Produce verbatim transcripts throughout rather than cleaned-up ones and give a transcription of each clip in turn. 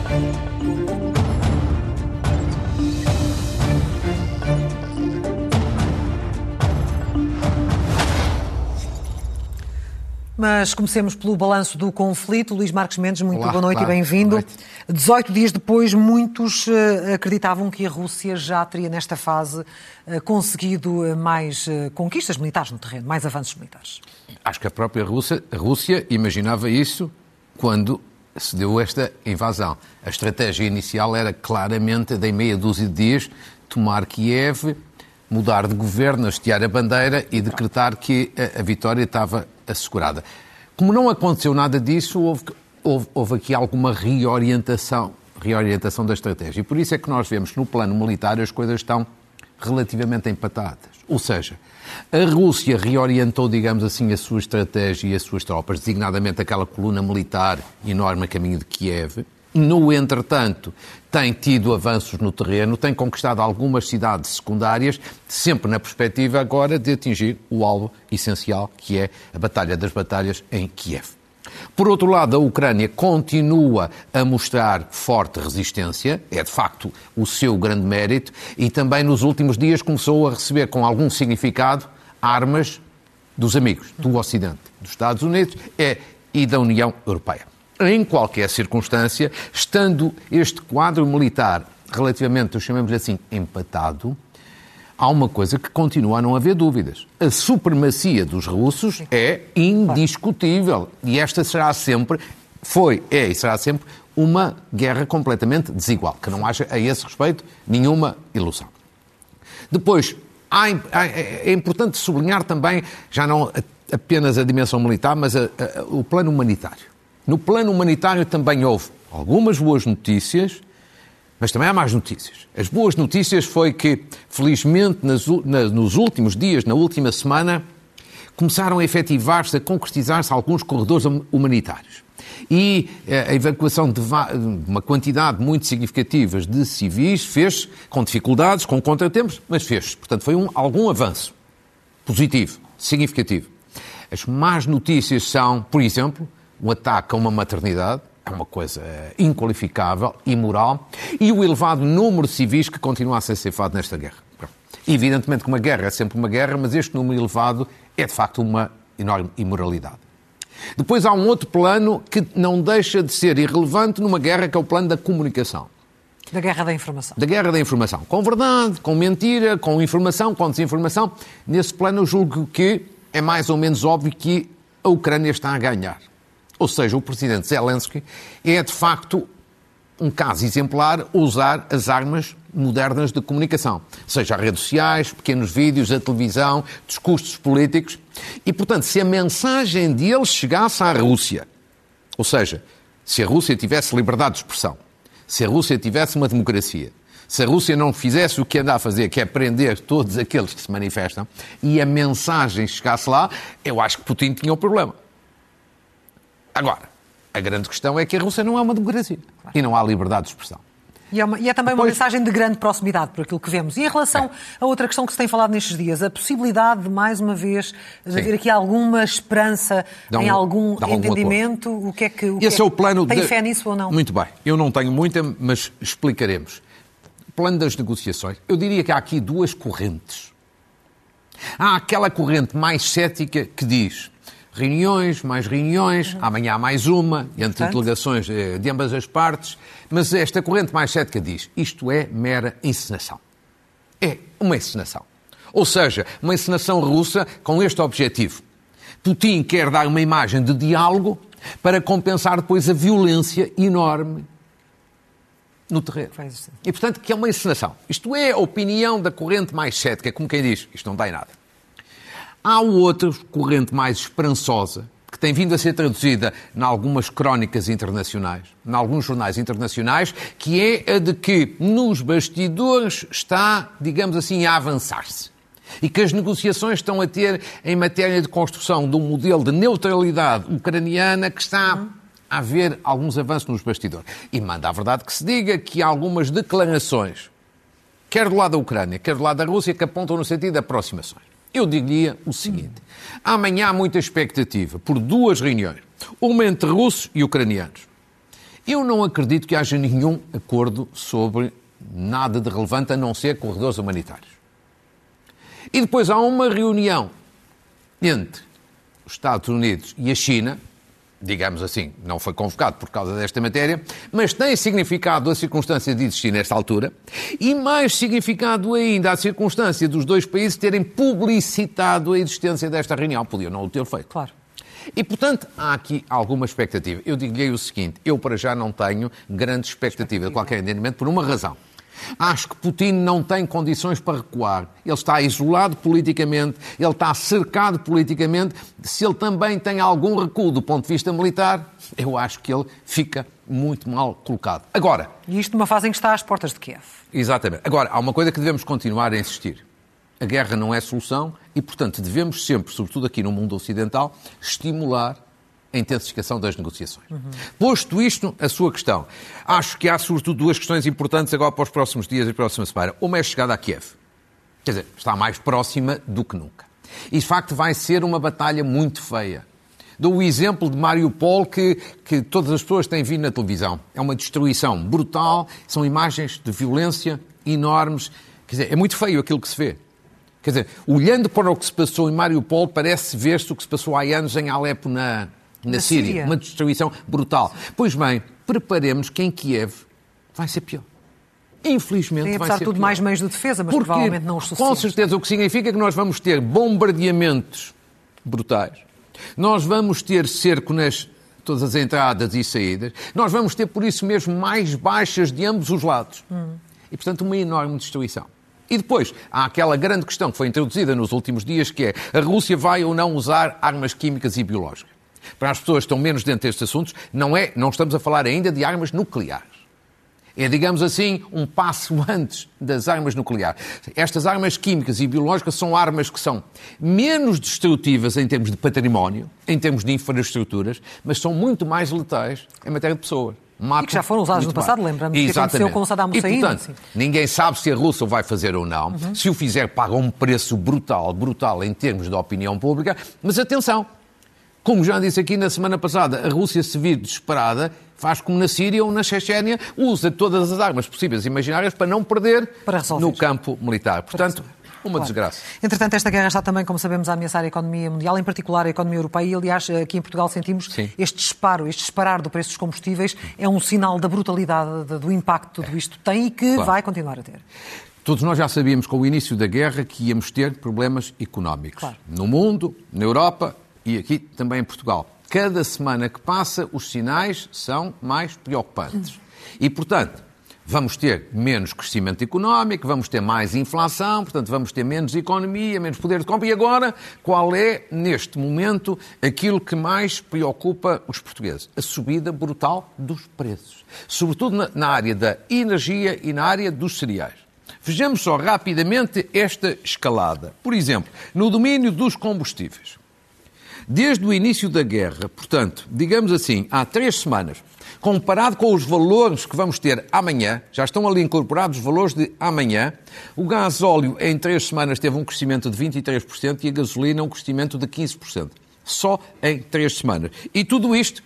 Mas comecemos pelo balanço do conflito. Luís Marques Mendes, muito Olá, boa noite claro. e bem-vindo. dezoito dias depois, muitos uh, acreditavam que a Rússia já teria, nesta fase, uh, conseguido uh, mais uh, conquistas militares no terreno, mais avanços militares. Acho que a própria Rússia, a Rússia imaginava isso quando se deu esta invasão. A estratégia inicial era claramente, de meia dúzia de dias, tomar Kiev, mudar de governo, hastear a bandeira e decretar que a, a vitória estava assegurada. Como não aconteceu nada disso, houve, houve, houve aqui alguma reorientação, reorientação da estratégia. E por isso é que nós vemos que no plano militar as coisas estão relativamente empatadas. Ou seja, a Rússia reorientou, digamos assim, a sua estratégia e as suas tropas, designadamente aquela coluna militar enorme a caminho de Kiev. No entretanto, tem tido avanços no terreno, tem conquistado algumas cidades secundárias, sempre na perspectiva agora de atingir o alvo essencial, que é a Batalha das Batalhas em Kiev. Por outro lado, a Ucrânia continua a mostrar forte resistência, é de facto o seu grande mérito, e também nos últimos dias começou a receber com algum significado armas dos amigos, do Ocidente, dos Estados Unidos e da União Europeia. Em qualquer circunstância, estando este quadro militar relativamente, chamemos assim, empatado, há uma coisa que continua a não haver dúvidas. A supremacia dos russos é indiscutível. E esta será sempre, foi, é e será sempre, uma guerra completamente desigual. Que não haja, a esse respeito, nenhuma ilusão. Depois, há, é importante sublinhar também, já não apenas a dimensão militar, mas a, a, o plano humanitário. No plano humanitário também houve algumas boas notícias, mas também há mais notícias. As boas notícias foi que, felizmente, nas, na, nos últimos dias, na última semana, começaram a efetivar-se, a concretizar-se alguns corredores humanitários. E a evacuação de uma quantidade muito significativa de civis fez com dificuldades, com contratempos, mas fez. Portanto, foi um, algum avanço positivo, significativo. As más notícias são, por exemplo, um ataque a uma maternidade, é uma coisa inqualificável, imoral, e o elevado número de civis que continua a ser ceifado nesta guerra. Evidentemente que uma guerra é sempre uma guerra, mas este número elevado é de facto uma enorme imoralidade. Depois há um outro plano que não deixa de ser irrelevante numa guerra, que é o plano da comunicação. Da guerra da informação. Da guerra da informação. Com verdade, com mentira, com informação, com desinformação. Nesse plano eu julgo que é mais ou menos óbvio que a Ucrânia está a ganhar. Ou seja, o presidente Zelensky é, de facto, um caso exemplar usar as armas modernas de comunicação. Seja as redes sociais, pequenos vídeos, a televisão, discursos políticos. E, portanto, se a mensagem deles chegasse à Rússia, ou seja, se a Rússia tivesse liberdade de expressão, se a Rússia tivesse uma democracia, se a Rússia não fizesse o que anda a fazer, que é prender todos aqueles que se manifestam, e a mensagem chegasse lá, eu acho que Putin tinha um problema. Agora, a grande questão é que a Rússia não é uma democracia. Claro. E não há liberdade de expressão. E é, uma, e é também Depois... uma mensagem de grande proximidade, por aquilo que vemos. E em relação é. a outra questão que se tem falado nestes dias, a possibilidade de, mais uma vez, de haver aqui alguma esperança um, em algum entendimento, algum o que é que... O Esse que é, é o plano tem de... fé nisso ou não? Muito bem. Eu não tenho muita, mas explicaremos. O plano das negociações. Eu diria que há aqui duas correntes. Há aquela corrente mais cética que diz... Reuniões, mais reuniões, uhum. amanhã há mais uma, entre Portanto. delegações de ambas as partes, mas esta corrente mais cética diz, isto é mera encenação. É uma encenação. Ou seja, uma encenação russa com este objetivo. Putin quer dar uma imagem de diálogo para compensar depois a violência enorme no terreno. E, portanto, que é uma encenação. Isto é a opinião da corrente mais cética, como quem diz, isto não dá em nada. Há outra corrente mais esperançosa, que tem vindo a ser traduzida em algumas crónicas internacionais, em alguns jornais internacionais, que é a de que nos bastidores está, digamos assim, a avançar-se. E que as negociações estão a ter em matéria de construção de um modelo de neutralidade ucraniana que está a haver alguns avanços nos bastidores. E manda a verdade que se diga que há algumas declarações, quer do lado da Ucrânia, quer do lado da Rússia, que apontam no sentido de aproximações. Eu diria o seguinte, amanhã há muita expectativa por duas reuniões, uma entre russos e ucranianos. Eu não acredito que haja nenhum acordo sobre nada de relevante a não ser corredores humanitários. E depois há uma reunião entre os Estados Unidos e a China, digamos assim, não foi convocado por causa desta matéria, mas tem significado a circunstância de existir nesta altura e mais significado ainda a circunstância dos dois países terem publicitado a existência desta reunião. Podiam não o ter feito. Claro. E, portanto, há aqui alguma expectativa. Eu digo-lhe o seguinte, eu para já não tenho grande expectativa de qualquer entendimento por uma razão. Acho que Putin não tem condições para recuar. Ele está isolado politicamente, ele está cercado politicamente. Se ele também tem algum recuo do ponto de vista militar, eu acho que ele fica muito mal colocado. Agora... E isto numa fase em que está às portas de Kiev. Exatamente. Agora, há uma coisa que devemos continuar a insistir. A guerra não é solução e, portanto, devemos sempre, sobretudo aqui no mundo ocidental, estimular a intensificação das negociações. Uhum. Posto isto, a sua questão. Acho que há, sobretudo, duas questões importantes agora para os próximos dias e próxima semana. Uma é a chegada a Kiev. Quer dizer, está mais próxima do que nunca. E, de facto, vai ser uma batalha muito feia. Dou o exemplo de Mariupol que, que todas as pessoas têm visto na televisão. É uma destruição brutal, são imagens de violência enormes. Quer dizer, é muito feio aquilo que se vê. Quer dizer, olhando para o que se passou em Mariupol, parece ver-se o que se passou há anos em Alepo, na, na, na Síria. Síria. Uma destruição brutal. Pois bem, preparemos que em Kiev vai ser pior. Infelizmente Tem, vai ser ser tudo pior. mais meios de defesa, mas Porque, provavelmente não os suficientes. Com certeza, o que significa que nós vamos ter bombardeamentos brutais. Nós vamos ter cerco nas todas as entradas e saídas. Nós vamos ter, por isso mesmo, mais baixas de ambos os lados. Hum. E, portanto, uma enorme destruição. E depois, há aquela grande questão que foi introduzida nos últimos dias, que é a Rússia vai ou não usar armas químicas e biológicas. Para as pessoas que estão menos dentro destes assuntos, não, é, não estamos a falar ainda de armas nucleares. É, digamos assim, um passo antes das armas nucleares. Estas armas químicas e biológicas são armas que são menos destrutivas em termos de património, em termos de infraestruturas, mas são muito mais letais em matéria de pessoas. Matam e que já foram usadas no passado, lembramos que aconteceu com o Saddam Hussein. E, portanto, ninguém sabe se a Rússia o vai fazer ou não. Uhum. Se o fizer, paga um preço brutal, brutal em termos de opinião pública. Mas atenção, como já disse aqui na semana passada, a Rússia se vir desesperada, faz como na Síria ou na Chechênia, usa todas as armas possíveis e imaginárias para não perder para no campo militar. Portanto, uma claro. desgraça. Entretanto, esta guerra está também, como sabemos, a ameaçar a economia mundial, em particular a economia europeia, e aliás, aqui em Portugal sentimos Sim. este disparo, este disparar do preço dos combustíveis é um sinal da brutalidade, do impacto que tudo isto tem e que claro. vai continuar a ter. Todos nós já sabíamos com o início da guerra que íamos ter problemas económicos. Claro. No mundo, na Europa e aqui também em Portugal. Cada semana que passa, os sinais são mais preocupantes. E, portanto, vamos ter menos crescimento económico, vamos ter mais inflação, portanto, vamos ter menos economia, menos poder de compra. E agora, qual é, neste momento, aquilo que mais preocupa os portugueses? A subida brutal dos preços. Sobretudo na, na área da energia e na área dos cereais. Vejamos só rapidamente esta escalada. Por exemplo, no domínio dos combustíveis. Desde o início da guerra, portanto, digamos assim, há três semanas, comparado com os valores que vamos ter amanhã, já estão ali incorporados os valores de amanhã, o gasóleo em três semanas teve um crescimento de vinte e três por cento e a gasolina um crescimento de quinze por cento. Só em três semanas. E tudo isto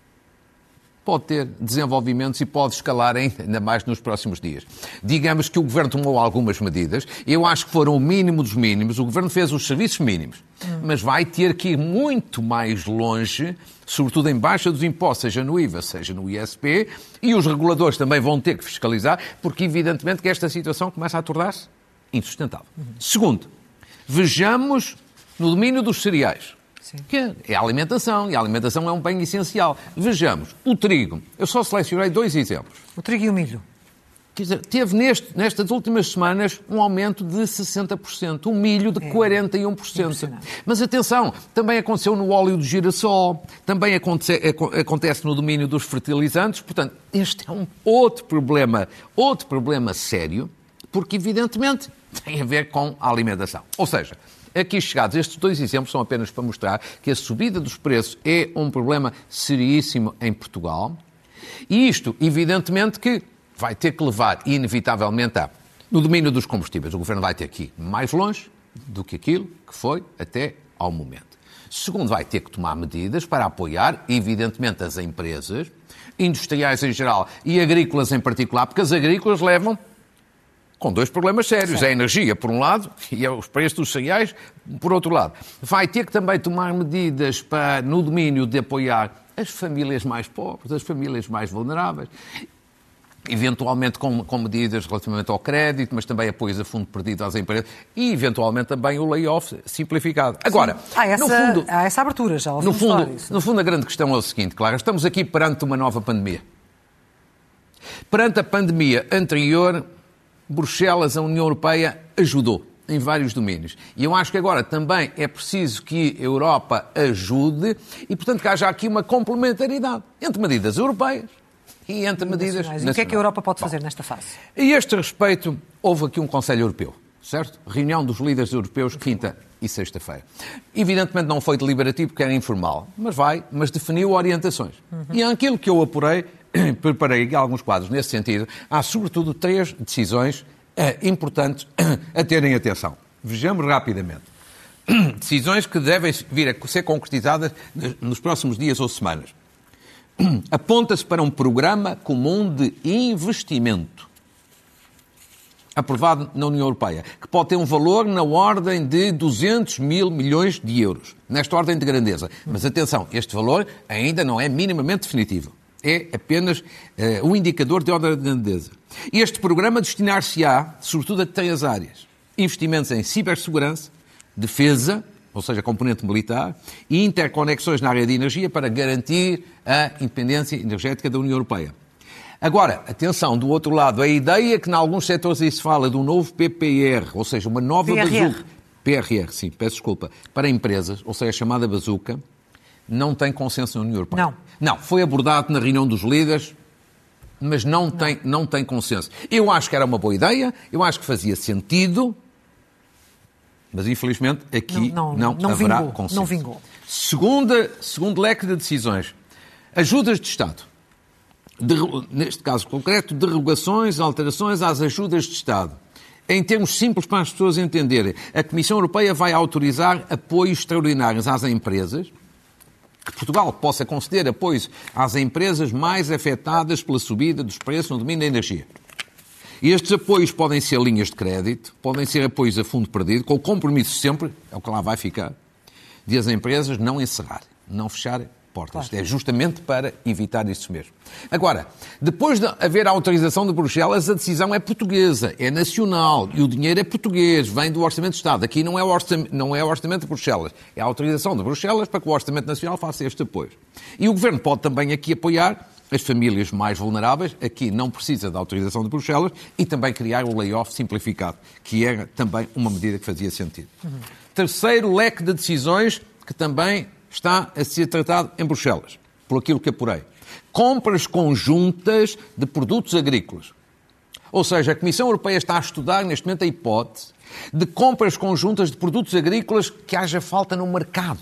pode ter desenvolvimentos e pode escalar ainda mais nos próximos dias. Digamos que o Governo tomou algumas medidas, eu acho que foram o mínimo dos mínimos, o Governo fez os serviços mínimos, hum. mas vai ter que ir muito mais longe, sobretudo em baixa dos impostos, seja no I V A, seja no I S P, e os reguladores também vão ter que fiscalizar, porque evidentemente que esta situação começa a tornar-se insustentável. Uhum. Segundo, vejamos no domínio dos cereais. Sim. Que é a alimentação, e a alimentação é um bem essencial. Vejamos, o trigo. Eu só selecionei dois exemplos. O trigo e o milho. Quer dizer, teve neste, nestas últimas semanas um aumento de sessenta por cento, o milho de é. quarenta e um por cento. Mas atenção, também aconteceu no óleo de girassol, também acontece, acontece no domínio dos fertilizantes. Portanto, este é um outro problema, outro problema sério, porque evidentemente tem a ver com a alimentação. Ou seja, aqui chegados, estes dois exemplos são apenas para mostrar que a subida dos preços é um problema seríssimo em Portugal e isto, evidentemente, que vai ter que levar, inevitavelmente, a, no domínio dos combustíveis. O Governo vai ter que ir mais longe do que aquilo que foi até ao momento. Segundo, vai ter que tomar medidas para apoiar, evidentemente, as empresas, industriais em geral e agrícolas em particular, porque as agrícolas levam com dois problemas sérios. Sim. A energia, por um lado, e os preços dos cereais, por outro lado. Vai ter que também tomar medidas para, no domínio de apoiar as famílias mais pobres, as famílias mais vulneráveis, eventualmente com, com medidas relativamente ao crédito, mas também apoios a fundo perdido às empresas e, eventualmente, também o layoff simplificado. Agora, há essa, no fundo, há essa abertura, já no fundo, no fundo, a grande questão é o seguinte, claro, estamos aqui perante uma nova pandemia. Perante a pandemia anterior, Bruxelas, a União Europeia, ajudou em vários domínios. E eu acho que agora também é preciso que a Europa ajude e, portanto, que haja aqui uma complementaridade entre medidas europeias e entre e medidas nacionais. E o que é que a Europa pode fazer Bom, nesta fase? A este respeito, houve aqui um Conselho Europeu, certo? Reunião dos líderes europeus, quinta e sexta-feira. Evidentemente não foi deliberativo porque era informal, mas vai, mas definiu orientações. Uhum. E aquilo que eu apurei, preparei alguns quadros nesse sentido, há sobretudo três decisões eh, importantes a terem atenção. Vejamos rapidamente. Decisões que devem vir a ser concretizadas nos próximos dias ou semanas. Aponta-se para um programa comum de investimento aprovado na União Europeia, que pode ter um valor na ordem de duzentos mil milhões de euros, nesta ordem de grandeza. Mas atenção, este valor ainda não é minimamente definitivo. É apenas uh, um indicador de ordem de grandeza. Este programa destinar-se-á, sobretudo, a três áreas. Investimentos em cibersegurança, defesa, ou seja, componente militar, e interconexões na área de energia para garantir a independência energética da União Europeia. Agora, atenção, do outro lado, a ideia que em alguns setores aí se fala de um novo P P R, ou seja, uma nova P R R. bazuca, P R R, sim, peço desculpa, para empresas, ou seja, a chamada bazuca, não tem consenso na União Europeia. Não. Não, foi abordado na reunião dos líderes, mas não, não. Tem, não tem consenso. Eu acho que era uma boa ideia, eu acho que fazia sentido, mas infelizmente aqui não, não, não, não haverá vingou, consenso. Não vingou. Segunda, segundo leque de decisões, ajudas de Estado. De, neste caso concreto, derrogações, alterações às ajudas de Estado. Em termos simples para as pessoas entenderem, a Comissão Europeia vai autorizar apoios extraordinários às empresas, que Portugal possa conceder apoios às empresas mais afetadas pela subida dos preços no domínio da energia. E estes apoios podem ser linhas de crédito, podem ser apoios a fundo perdido, com o compromisso sempre, é o que lá vai ficar, de as empresas não encerrarem, não fecharem portas. Claro. É justamente para evitar isso mesmo. Agora, depois de haver a autorização de Bruxelas, a decisão é portuguesa, é nacional, e o dinheiro é português, vem do Orçamento de Estado. Aqui não é o Orçamento, não é o orçamento de Bruxelas, é a autorização de Bruxelas para que o Orçamento Nacional faça este apoio. E o Governo pode também aqui apoiar as famílias mais vulneráveis, aqui não precisa da autorização de Bruxelas, e também criar o layoff simplificado, que era também uma medida que fazia sentido. Uhum. Terceiro leque de decisões que também está a ser tratado em Bruxelas, por aquilo que apurei. Compras conjuntas de produtos agrícolas. Ou seja, a Comissão Europeia está a estudar neste momento a hipótese de compras conjuntas de produtos agrícolas que haja falta no mercado.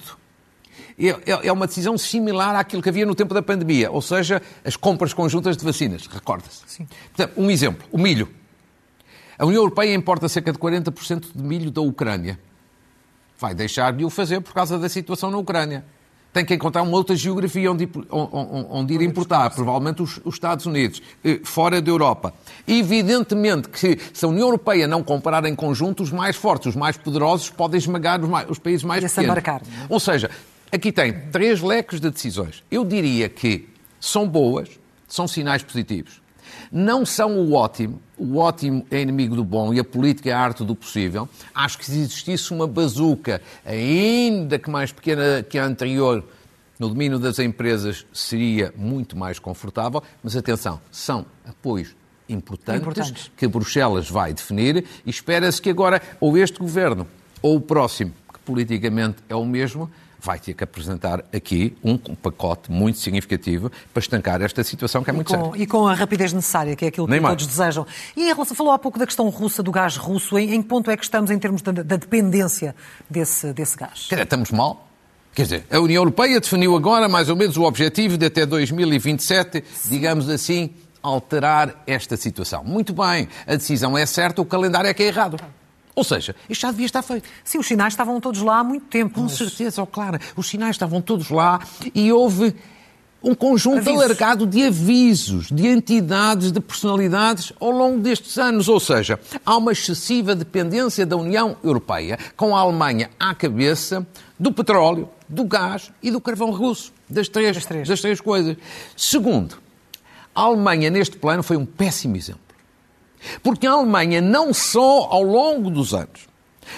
É uma decisão similar àquilo que havia no tempo da pandemia, ou seja, as compras conjuntas de vacinas, recorda-se. Sim. Portanto, um exemplo, o milho. A União Europeia importa cerca de quarenta por cento de milho da Ucrânia. Vai deixar de o fazer por causa da situação na Ucrânia. Tem que encontrar uma outra geografia onde, onde, onde ir importar, provavelmente os, os Estados Unidos, fora da Europa. Evidentemente que se a União Europeia não comprar em conjunto, os mais fortes, os mais poderosos, podem esmagar os, mais, os países mais pequenos. Marcar, não é? Ou seja, aqui tem três leques de decisões. Eu diria que são boas, são sinais positivos. Não são o ótimo. O ótimo é inimigo do bom e a política é a arte do possível. Acho que se existisse uma bazuca, ainda que mais pequena que a anterior, no domínio das empresas, seria muito mais confortável. Mas atenção, são apoios importantes, importantes. que Bruxelas vai definir e espera-se que agora, ou este governo, ou o próximo, que politicamente é o mesmo, vai ter que apresentar aqui um pacote muito significativo para estancar esta situação que é muito séria. E com a rapidez necessária, que é aquilo que Nem todos mais. desejam. E em relação, falou há pouco da questão russa, do gás russo, em, em que ponto é que estamos em termos da, da dependência desse, desse gás? Quer dizer, estamos mal. Quer dizer, a União Europeia definiu agora mais ou menos o objetivo de até dois mil e vinte e sete, Sim. digamos assim, alterar esta situação. Muito bem, a decisão é certa, o calendário é que é errado. Ou seja, isto já devia estar feito. Sim, os sinais estavam todos lá há muito tempo. Com mas... certeza, oh, Clara, os sinais estavam todos lá e houve um conjunto avisos. alargado de avisos, de entidades, de personalidades ao longo destes anos. Ou seja, há uma excessiva dependência da União Europeia, com a Alemanha à cabeça do petróleo, do gás e do carvão russo. Das três, das três. Das três coisas. Segundo, a Alemanha neste plano foi um péssimo exemplo. Porque a Alemanha não só ao longo dos anos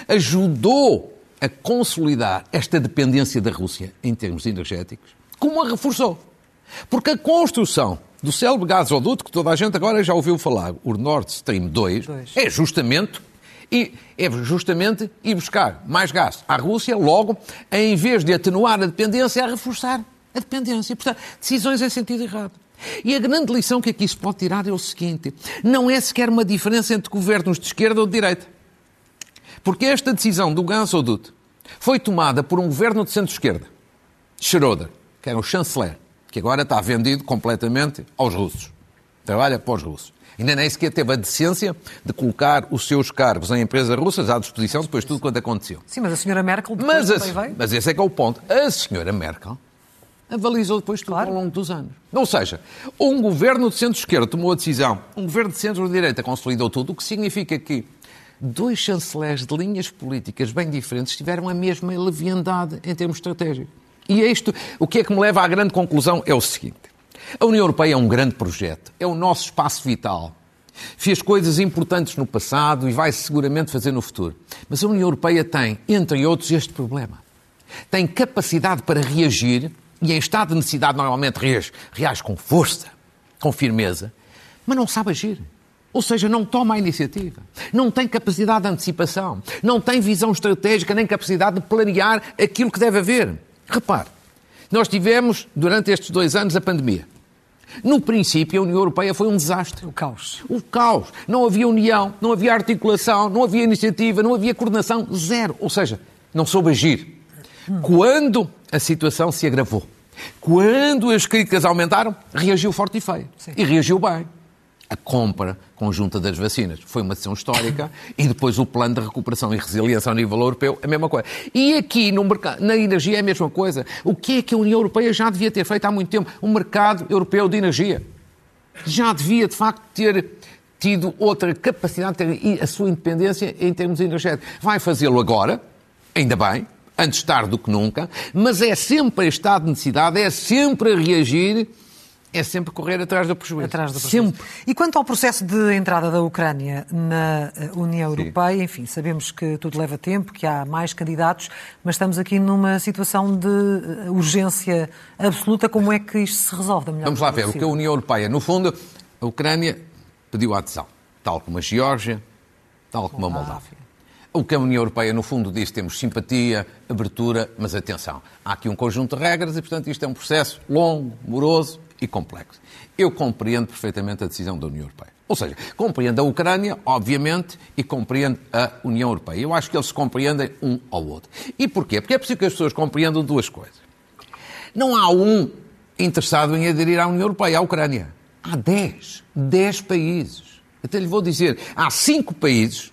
ajudou a consolidar esta dependência da Rússia em termos energéticos, como a reforçou. Porque a construção do célebre gasoduto, que toda a gente agora já ouviu falar, o Nord Stream dois, dois. é justamente... E é justamente ir buscar mais gás à Rússia, logo, em vez de atenuar a dependência, a reforçar a dependência. Portanto, decisões em sentido errado. E a grande lição que aqui se pode tirar é o seguinte: não é sequer uma diferença entre governos de esquerda ou de direita. Porque esta decisão do gasoduto foi tomada por um governo de centro-esquerda, Schröder, que era o chanceler, que agora está vendido completamente aos russos. Trabalha para os russos. Ainda nem sequer teve a decência de colocar os seus cargos em empresas russas à disposição depois de tudo quanto aconteceu. Sim, mas a senhora Merkel depois mas, também veio. Mas esse é que é o ponto. A senhora Merkel avalizou depois tudo claro. ao longo dos anos. Ou seja, um governo de centro-esquerda tomou a decisão, um governo de centro-direita consolidou tudo, o que significa que dois chanceleres de linhas políticas bem diferentes tiveram a mesma leviandade em termos estratégicos. E isto, o que é que me leva à grande conclusão é o seguinte: a União Europeia é um grande projeto, é o nosso espaço vital. Fez coisas importantes no passado e vai seguramente fazer no futuro. Mas a União Europeia tem, entre outros, este problema. Tem capacidade para reagir, e em estado de necessidade normalmente reage, reage com força, com firmeza, mas não sabe agir. Ou seja, não toma a iniciativa, não tem capacidade de antecipação, não tem visão estratégica nem capacidade de planear aquilo que deve haver. Repare, nós tivemos, durante estes dois anos, a pandemia. No princípio, a União Europeia foi um desastre. O caos. O caos. Não havia união, não havia articulação, não havia iniciativa, não havia coordenação, zero. Ou seja, não soube agir. Hum. Quando a situação se agravou, quando as críticas aumentaram, reagiu forte e feio. Sim. E reagiu bem. A compra conjunta das vacinas foi uma decisão histórica e depois o plano de recuperação e resiliência ao nível europeu, a mesma coisa. E aqui no mercado, na energia é a mesma coisa. O que é que a União Europeia já devia ter feito há muito tempo? Um mercado europeu de energia. Já devia, de facto, ter tido outra capacidade de ter a sua independência em termos energéticos. Vai fazê-lo agora, ainda bem, antes tarde do que nunca, mas é sempre a estado de necessidade, é sempre a reagir. É sempre correr atrás do prejuízo. Atrás do prejuízo. Sempre. E quanto ao processo de entrada da Ucrânia na União Sim. Europeia, enfim, sabemos que tudo leva tempo, que há mais candidatos, mas estamos aqui numa situação de urgência absoluta. Como é que isto se resolve da melhor Vamos lá maneira ver. O que a União Europeia, no fundo, a Ucrânia pediu a adesão, tal como a Geórgia, tal como a Moldávia. O que a União Europeia, no fundo, diz: temos simpatia, abertura, mas atenção, há aqui um conjunto de regras e, portanto, isto é um processo longo, moroso e complexo. Eu compreendo perfeitamente a decisão da União Europeia. Ou seja, compreendo a Ucrânia, obviamente, e compreendo a União Europeia. Eu acho que eles se compreendem um ao outro. E porquê? Porque é preciso que as pessoas compreendam duas coisas. Não há um interessado em aderir à União Europeia, à Ucrânia. Há dez. Dez países. Até lhe vou dizer, há cinco países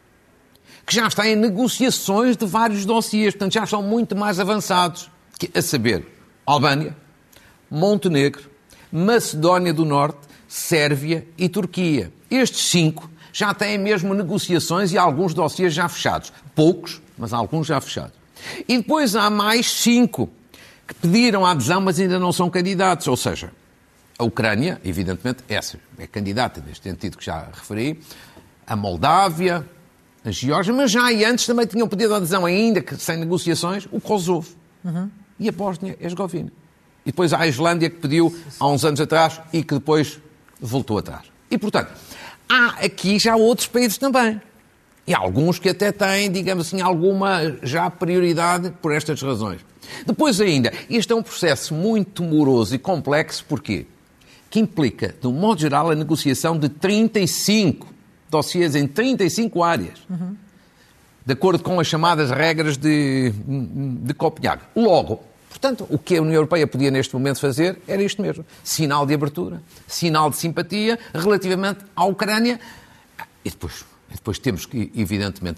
que já estão em negociações de vários dossiês, portanto já são muito mais avançados, a saber, Albânia, Montenegro, Macedónia do Norte, Sérvia e Turquia. Estes cinco já têm mesmo negociações e alguns dossiês já fechados. Poucos, mas alguns já fechados. E depois há mais cinco que pediram a adesão, mas ainda não são candidatos. Ou seja, a Ucrânia, evidentemente, essa é candidata, neste sentido que já referi, a Moldávia, a Geórgia, mas já e antes também tinham pedido a adesão, ainda que sem negociações, o Kosovo uhum. e a Bósnia-Herzegovina. E depois há a Islândia, que pediu há uns anos atrás e que depois voltou atrás. E, portanto, há aqui já outros países também. E há alguns que até têm, digamos assim, alguma já prioridade por estas razões. Depois ainda, este é um processo muito moroso e complexo, porquê? Que implica, de um modo geral, a negociação de trinta e cinco dossiês em trinta e cinco áreas. Uhum. De acordo com as chamadas regras de, de Copenhague. Logo, portanto, o que a União Europeia podia neste momento fazer era isto mesmo. Sinal de abertura, sinal de simpatia relativamente à Ucrânia. E depois, depois temos que, evidentemente, ver.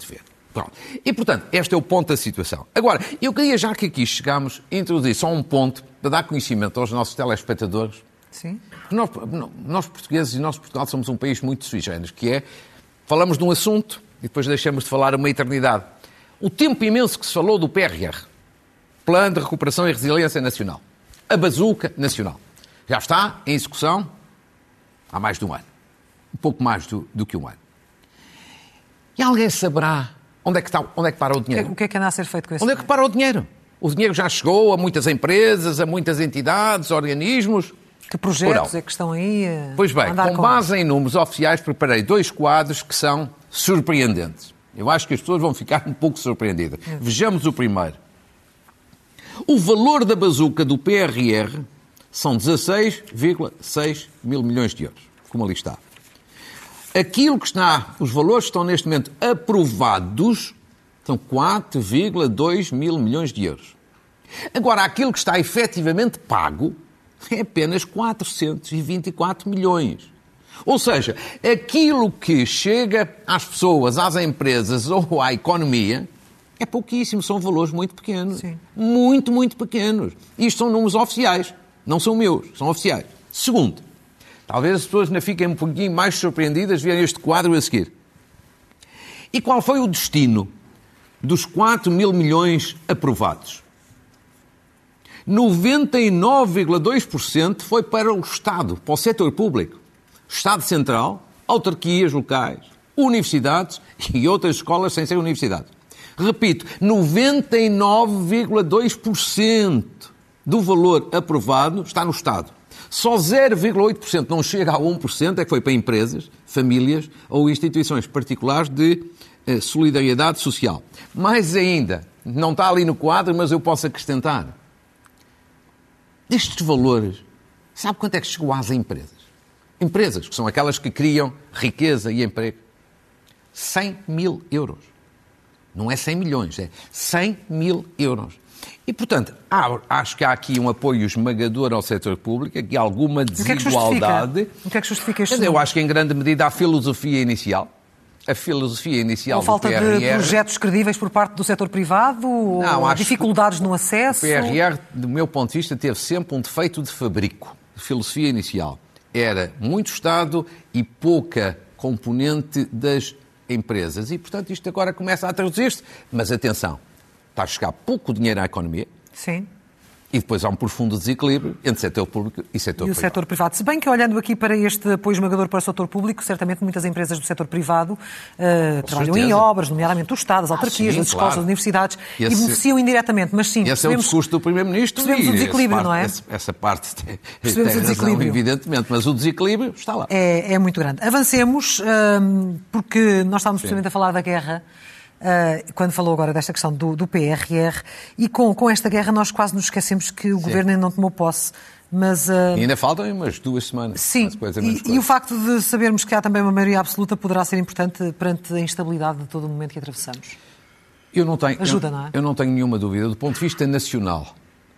Pronto. E, portanto, este é o ponto da situação. Agora, eu queria, já que aqui chegamos, introduzir só um ponto para dar conhecimento aos nossos telespectadores. Sim. Nós, nós portugueses e nós, Portugal, somos um país muito sui generis, que é, falamos de um assunto e depois deixamos de falar uma eternidade. O tempo imenso que se falou do P R R, Plano de Recuperação e Resiliência Nacional, a bazuca nacional, já está em execução há mais de um ano. Um pouco mais do, do que um ano. E alguém saberá onde é que, está, onde é que para o dinheiro? O que é que anda a ser feito com esse Onde é que para o dinheiro? O dinheiro já chegou a muitas empresas, a muitas entidades, organismos. Que projetos é que estão aí a Pois bem, andar com com base em números oficiais, preparei dois quadros que são surpreendentes. Eu acho que as pessoas vão ficar um pouco surpreendidas. É. Vejamos o primeiro. O valor da bazuca do P R R são dezasseis vírgula seis mil milhões de euros, como ali está. Aquilo que está, os valores que estão neste momento aprovados são quatro vírgula dois mil milhões de euros. Agora, aquilo que está efetivamente pago é apenas quatrocentos e vinte e quatro milhões. Ou seja, aquilo que chega às pessoas, às empresas ou à economia é pouquíssimo, são valores muito pequenos. Sim. Muito, muito pequenos. Isto são números oficiais, não são meus, são oficiais. Segundo, talvez as pessoas ainda fiquem um pouquinho mais surpreendidas verem este quadro a seguir. E qual foi o destino dos quatro mil milhões aprovados? noventa e nove vírgula dois por cento foi para o Estado, para o setor público. Estado Central, autarquias locais, universidades e outras escolas sem ser universidades. Repito, noventa e nove vírgula dois por cento do valor aprovado está no Estado. Só zero vírgula oito por cento, não chega a um por cento, é que foi para empresas, famílias ou instituições particulares de eh, solidariedade social. Mais ainda, não está ali no quadro, mas eu posso acrescentar. Destes valores, sabe quanto é que chegou às empresas? Empresas, que são aquelas que criam riqueza e emprego. cem mil euros. Não é cem milhões, é cem mil euros. E, portanto, há, acho que há aqui um apoio esmagador ao setor público, aqui alguma desigualdade. O que é que justifica isto? Eu acho que, em grande medida, a filosofia inicial. A filosofia inicial ou falta do P R R... de projetos credíveis por parte do setor privado? Não, ou dificuldades no acesso? O P R R, do meu ponto de vista, teve sempre um defeito de fabrico. De filosofia inicial. Era muito Estado e pouca componente das empresas. E, portanto, isto agora começa a traduzir-se. Mas, atenção, está a chegar pouco dinheiro à economia. Sim. E depois há um profundo desequilíbrio entre setor público e setor privado. E o setor privado. Se bem que, olhando aqui para este apoio esmagador para o setor público, certamente muitas empresas do setor privado uh, trabalham em obras, nomeadamente o Estado, as autarquias, ah, sim, as escolas, claro. As universidades, esse, e beneficiam indiretamente. Mas sim, esse é o discurso do Primeiro-Ministro. Percebemos o desequilíbrio, parte, não é? Essa, essa parte tem, percebemos tem o desequilíbrio. Razão, evidentemente, mas o desequilíbrio está lá. É, é muito grande. Avancemos, um, porque nós estávamos precisamente a falar da guerra, Uh, quando falou agora desta questão do, do P R R, e com, com esta guerra nós quase nos esquecemos que o sim. Governo ainda não tomou posse. Mas, uh... e ainda faltam umas duas semanas. Sim, coisa, e, e o facto de sabermos que há também uma maioria absoluta poderá ser importante perante a instabilidade de todo o momento que atravessamos. Eu não tenho, Ajuda, eu, não é? Eu não tenho nenhuma dúvida. Do ponto de vista nacional,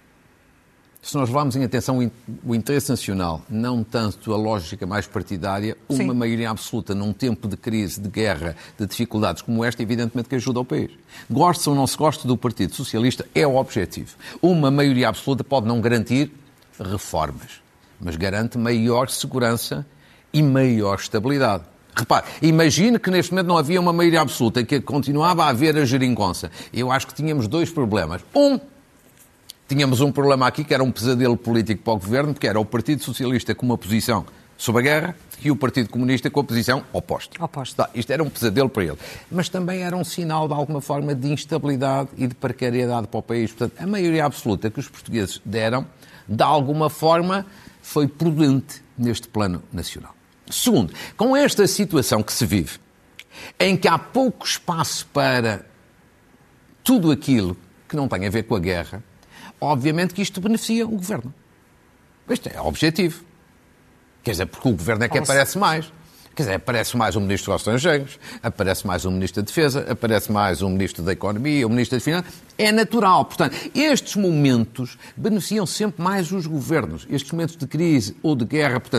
se nós levarmos em atenção o interesse nacional, não tanto a lógica mais partidária, uma sim. maioria absoluta num tempo de crise, de guerra, de dificuldades como esta, evidentemente que ajuda o país. Goste ou não se goste do Partido Socialista, é o objetivo. Uma maioria absoluta pode não garantir reformas, mas garante maior segurança e maior estabilidade. Repare, imagine que neste momento não havia uma maioria absoluta, que continuava a haver a geringonça. Eu acho que tínhamos dois problemas. Um, tínhamos um problema aqui que era um pesadelo político para o Governo, porque era o Partido Socialista com uma posição sobre a guerra e o Partido Comunista com a posição oposta. Oposta. Isto era um pesadelo para ele. Mas também era um sinal, de alguma forma, de instabilidade e de precariedade para o país. Portanto, a maioria absoluta que os portugueses deram, de alguma forma, foi prudente neste plano nacional. Segundo, com esta situação que se vive, em que há pouco espaço para tudo aquilo que não tem a ver com a guerra, obviamente que isto beneficia o Governo. Isto é objetivo. Quer dizer, porque o Governo é que aparece mais. Quer dizer, aparece mais o Ministro dos Estrangeiros, aparece mais o Ministro da Defesa, aparece mais o Ministro da Economia, o Ministro das Finanças. É natural. Portanto, estes momentos beneficiam sempre mais os governos. Estes momentos de crise ou de guerra. Portanto,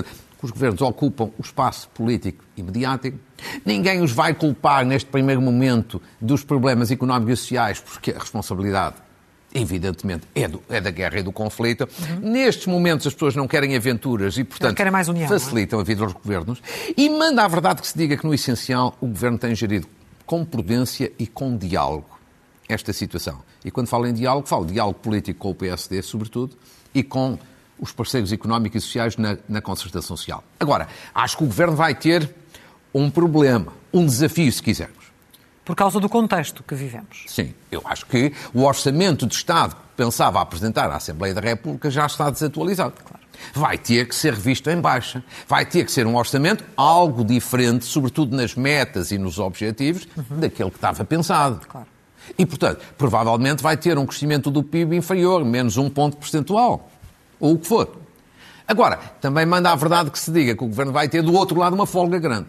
que os governos ocupam o espaço político e mediático. Ninguém os vai culpar neste primeiro momento dos problemas económicos e sociais, porque a responsabilidade, evidentemente, é, do, é da guerra e do conflito. Uhum. Nestes momentos as pessoas não querem aventuras e, portanto, querem mais união, facilitam é? a vida aos governos. E manda a verdade que se diga que, no essencial, o governo tem gerido com prudência e com diálogo esta situação. E quando falo em diálogo, falo de diálogo político com o P S D, sobretudo, e com os parceiros económicos e sociais na, na concertação social. Agora, acho que o governo vai ter um problema, um desafio, se quisermos. Por causa do contexto que vivemos. Sim, eu acho que o orçamento de Estado que pensava apresentar à Assembleia da República já está desatualizado. Claro. Vai ter que ser revisto em baixa. Vai ter que ser um orçamento algo diferente, sobretudo nas metas e nos objetivos, uhum. daquele que estava pensado. Claro. E, portanto, provavelmente vai ter um crescimento do P I B inferior, menos um ponto percentual. Ou o que for. Agora, também manda a verdade que se diga que o Governo vai ter do outro lado uma folga grande.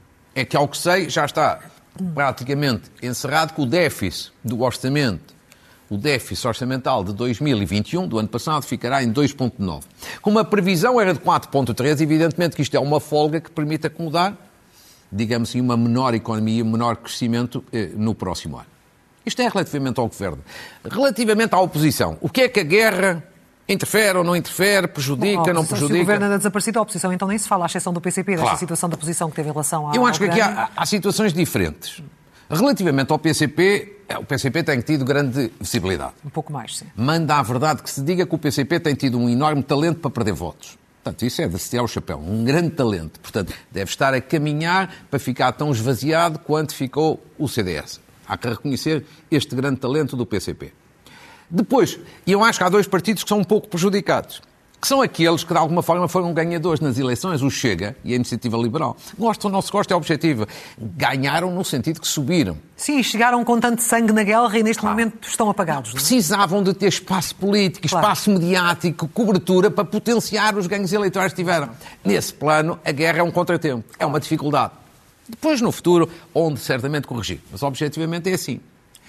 É que, ao que sei, já está praticamente encerrado que o déficit do orçamento, o déficit orçamental de dois mil e vinte e um, do ano passado, ficará em dois vírgula nove. Como a previsão era de quatro vírgula três, evidentemente que isto é uma folga que permite acomodar, digamos assim, uma menor economia, um menor crescimento eh, no próximo ano. Isto é relativamente ao Governo. Relativamente à oposição, o que é que a guerra interfere ou não interfere, prejudica, Bom, não prejudica? Se o governo anda desaparecido, a oposição então nem se fala, à exceção do P C P, desta claro. situação da posição que teve em relação à Eu acho que aqui há, há, há situações diferentes. Relativamente ao P C P, o P C P tem tido grande visibilidade. Um pouco mais, sim. Manda a verdade que se diga que o P C P tem tido um enorme talento para perder votos. Portanto, isso é de se tirar o chapéu. Um grande talento. Portanto, deve estar a caminhar para ficar tão esvaziado quanto ficou o C D S. Há que reconhecer este grande talento do P C P. Depois, e eu acho que há dois partidos que são um pouco prejudicados, que são aqueles que de alguma forma foram ganhadores nas eleições, o Chega e a Iniciativa Liberal. Gostam ou não se gostam, é objetivo. Ganharam no sentido que subiram. Sim, chegaram com tanto sangue na guerra e neste claro. momento estão apagados. Não é? Precisavam de ter espaço político, claro. espaço mediático, cobertura para potenciar os ganhos eleitorais que tiveram. Nesse plano, a guerra é um contratempo, é uma dificuldade. Depois, no futuro, onde certamente corrigir. Mas, objetivamente, é assim.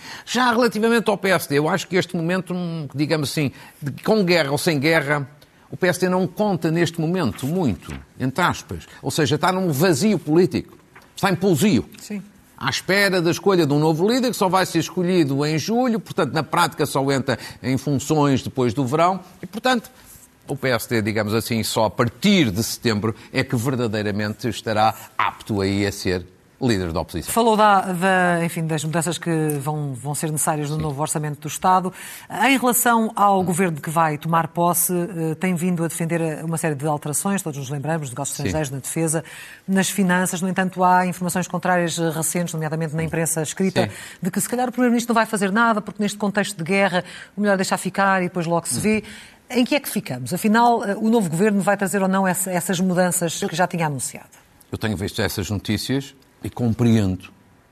Já relativamente ao P S D, eu acho que este momento, digamos assim, de, com guerra ou sem guerra, o P S D não conta neste momento muito, entre aspas. Ou seja, está num vazio político. Está em pousio. Sim. À espera da escolha de um novo líder, que só vai ser escolhido em julho, portanto, na prática só entra em funções depois do verão. E, portanto, o P S D, digamos assim, só a partir de setembro é que verdadeiramente estará apto aí a ser líder da oposição. Falou da, da, enfim, das mudanças que vão, vão ser necessárias no Sim. novo orçamento do Estado. Em relação ao governo que vai tomar posse, tem vindo a defender uma série de alterações, todos nos lembramos, negócios estrangeiros, Sim. na defesa, nas finanças. No entanto, há informações contrárias recentes, nomeadamente na imprensa escrita, Sim. de que se calhar o Primeiro-Ministro não vai fazer nada, porque neste contexto de guerra o melhor é deixar ficar e depois logo se vê. Em que é que ficamos? Afinal, o novo governo vai trazer ou não essa, essas mudanças que já tinha anunciado? Eu tenho visto essas notícias e compreendo,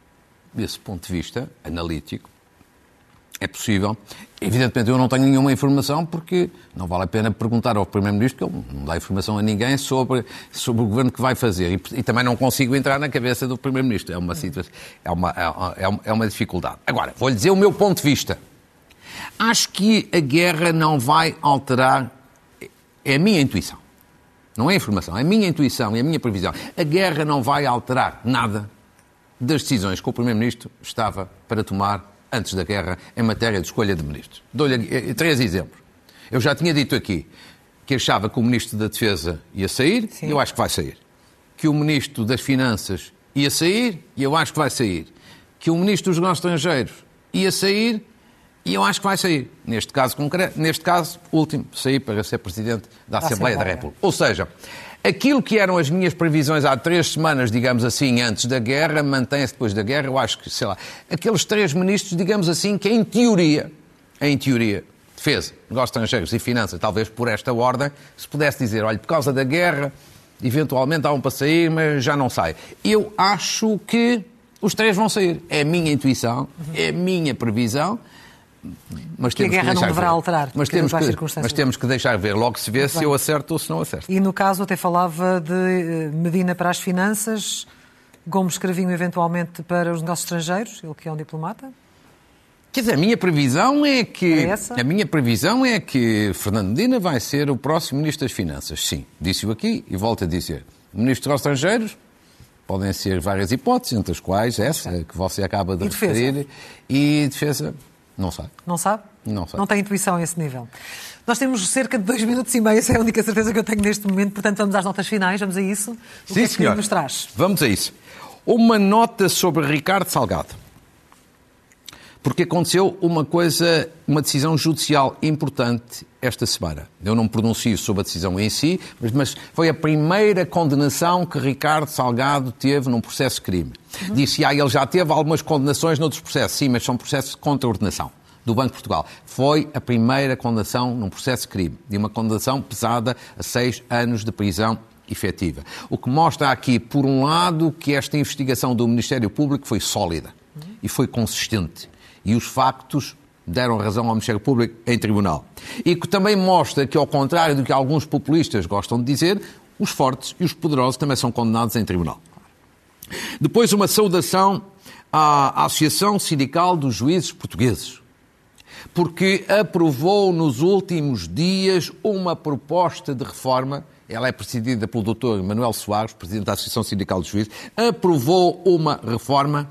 desse ponto de vista analítico, é possível. Evidentemente, eu não tenho nenhuma informação, porque não vale a pena perguntar ao Primeiro-Ministro, que ele não dá informação a ninguém sobre, sobre o governo que vai fazer. E, e também não consigo entrar na cabeça do Primeiro-Ministro. É uma, situação, é, uma, é, uma, é uma dificuldade. Agora, vou-lhe dizer o meu ponto de vista. Acho que a guerra não vai alterar, é a minha intuição. Não é informação, é a minha intuição e a minha previsão. A guerra não vai alterar nada das decisões que o Primeiro-Ministro estava para tomar antes da guerra em matéria de escolha de ministros. Dou-lhe três exemplos. Eu já tinha dito aqui que achava que o Ministro da Defesa ia sair, e eu acho que vai sair. Que o Ministro das Finanças ia sair, e eu acho que vai sair. Que o Ministro dos Negócios Estrangeiros ia sair, e eu acho que vai sair. Neste caso concreto, neste caso, último, sair para ser Presidente da Assembleia da República. Ou seja, aquilo que eram as minhas previsões há três semanas, digamos assim, antes da guerra, mantém-se depois da guerra. Eu acho que, sei lá, aqueles três ministros, digamos assim, que em teoria, em teoria, Defesa, Negócios Estrangeiros e Finanças, talvez por esta ordem, se pudesse dizer, olha, por causa da guerra, eventualmente há um para sair, mas já não sai. Eu acho que os três vão sair. É a minha intuição, é a minha previsão. Mas que a guerra que não deverá ver. alterar. Mas temos, que, mas temos que deixar ver. Logo se vê Muito se bem. eu acerto ou se não acerto. E no caso até falava de Medina para as finanças, Gomes Cravinho eventualmente para os negócios estrangeiros, ele que é um diplomata? Quer dizer, a minha previsão é que... É essa? A minha previsão é que Fernando Medina vai ser o próximo Ministro das Finanças. Sim, disse-o aqui e volto a dizer. Ministro dos Estrangeiros, podem ser várias hipóteses, entre as quais essa Sim. que você acaba de e referir. Defesa? E defesa, não sabe. Não sabe? Não sabe. Não tem intuição a esse nível. Nós temos cerca de dois minutos e meio, essa é a única certeza que eu tenho neste momento, portanto vamos às notas finais, vamos a isso. O Sim, que é senhor. que nos traz? Vamos a isso. Uma nota sobre Ricardo Salgado. Porque aconteceu uma coisa, uma decisão judicial importante esta semana. Eu não me pronuncio sobre a decisão em si, mas, mas foi a primeira condenação que Ricardo Salgado teve num processo de crime. Uhum. Disse, ah, ele já teve algumas condenações noutros processos, sim, mas são processos de contraordenação do Banco de Portugal. Foi a primeira condenação num processo de crime, de uma condenação pesada a seis anos de prisão efetiva. O que mostra aqui, por um lado, que esta investigação do Ministério Público foi sólida uhum. e foi consistente. E os factos deram razão ao Ministério Público em tribunal. E que também mostra que, ao contrário do que alguns populistas gostam de dizer, os fortes e os poderosos também são condenados em tribunal. Depois, uma saudação à Associação Sindical dos Juízes Portugueses, porque aprovou nos últimos dias uma proposta de reforma. Ela é presidida pelo doutor Manuel Soares, presidente da Associação Sindical dos Juízes, aprovou uma reforma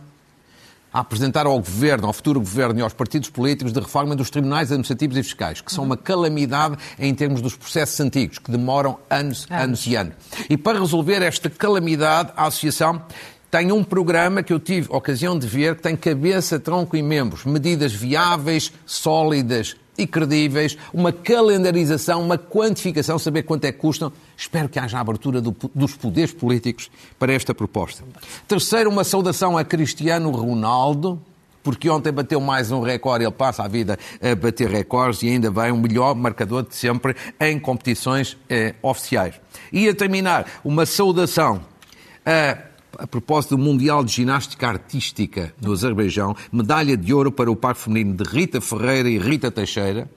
a apresentar ao Governo, ao futuro Governo e aos partidos políticos de reforma dos tribunais administrativos e fiscais, que são uma calamidade em termos dos processos antigos, que demoram anos, é. anos e anos. E para resolver esta calamidade, a Associação tem um programa que eu tive ocasião de ver, que tem cabeça, tronco e membros, medidas viáveis, sólidas e credíveis, uma calendarização, uma quantificação, saber quanto é que custam. Espero que haja abertura do, dos poderes políticos para esta proposta. Terceiro, uma saudação a Cristiano Ronaldo, porque ontem bateu mais um recorde, ele passa a vida a bater recordes e ainda bem, o melhor marcador de sempre em competições eh, oficiais. E a terminar, uma saudação a... A propósito do Mundial de Ginástica Artística no Azerbaijão, medalha de ouro para o par feminino de Rita Ferreira e Rita Teixeira,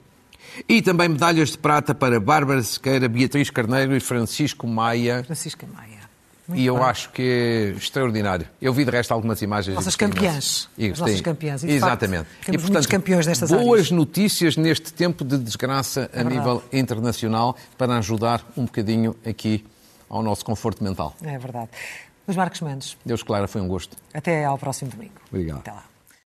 e também medalhas de prata para Bárbara Sequeira, Beatriz Carneiro e Francisco Maia. Francisco Maia. Muito e eu bem. Acho que é extraordinário. Eu vi de resto algumas imagens. Nossas campeãs. E, As nossas campeãs. E, exatamente. Facto, temos e, portanto, muitos campeões destas boas áreas. notícias neste tempo de desgraça é a nível internacional para ajudar um bocadinho aqui ao nosso conforto mental. É verdade. Luís Marques Mendes. Deus Clara, foi um gosto. Até ao próximo domingo. Obrigado. Até lá.